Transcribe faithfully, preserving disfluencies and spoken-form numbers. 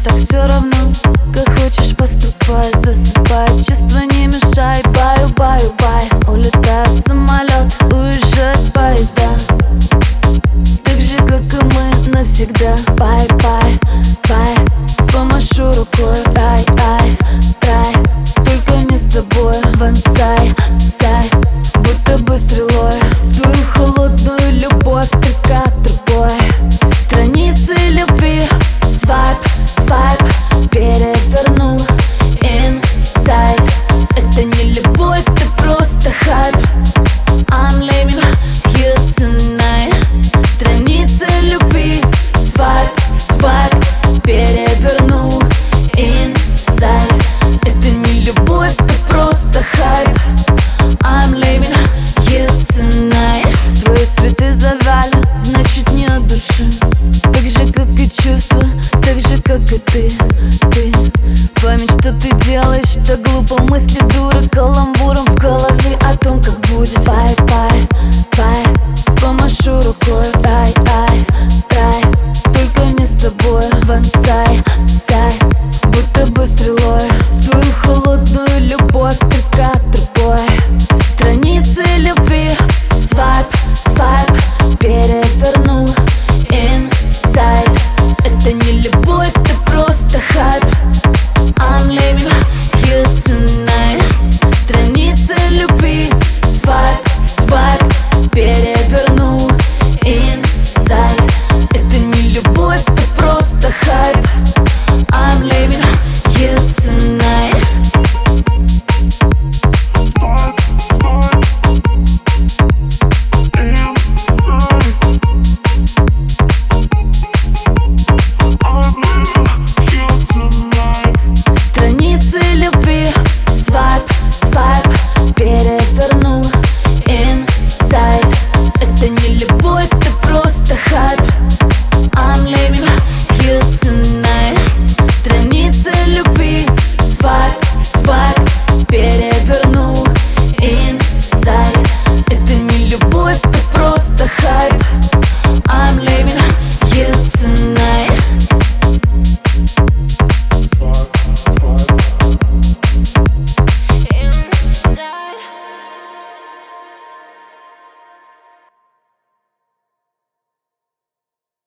так все равно, как хочешь поступай. Засыпай, чувства не мешай. Баю, баю, бай. Улетает самолет, уезжают поезда, так же, как и мы навсегда. Бай, бай, бай. Помашу рукой, рай, ай, рай. Только не с тобой, вансай, сай. Будто бы стрелой свою холодную любовь ты как другой. Страницы любви, свайп, свайп, переверну inside. Это не любовь, это просто хайп. I'm leaving here tonight. Страницы любви, свайп, свайп, переверну inside. Это не любовь, это просто хайп. I'm leaving here tonight. Твои цветы завяли, значит не от души, так же, как и чувства, так же, как и ты, ты. Память, что ты делаешь, так глупо. Мысли дуры каламбуром в голове о том, как будет. Бай, бай, бай. Помашу рукой, рай, ай, рай. Только не с тобой, вансай.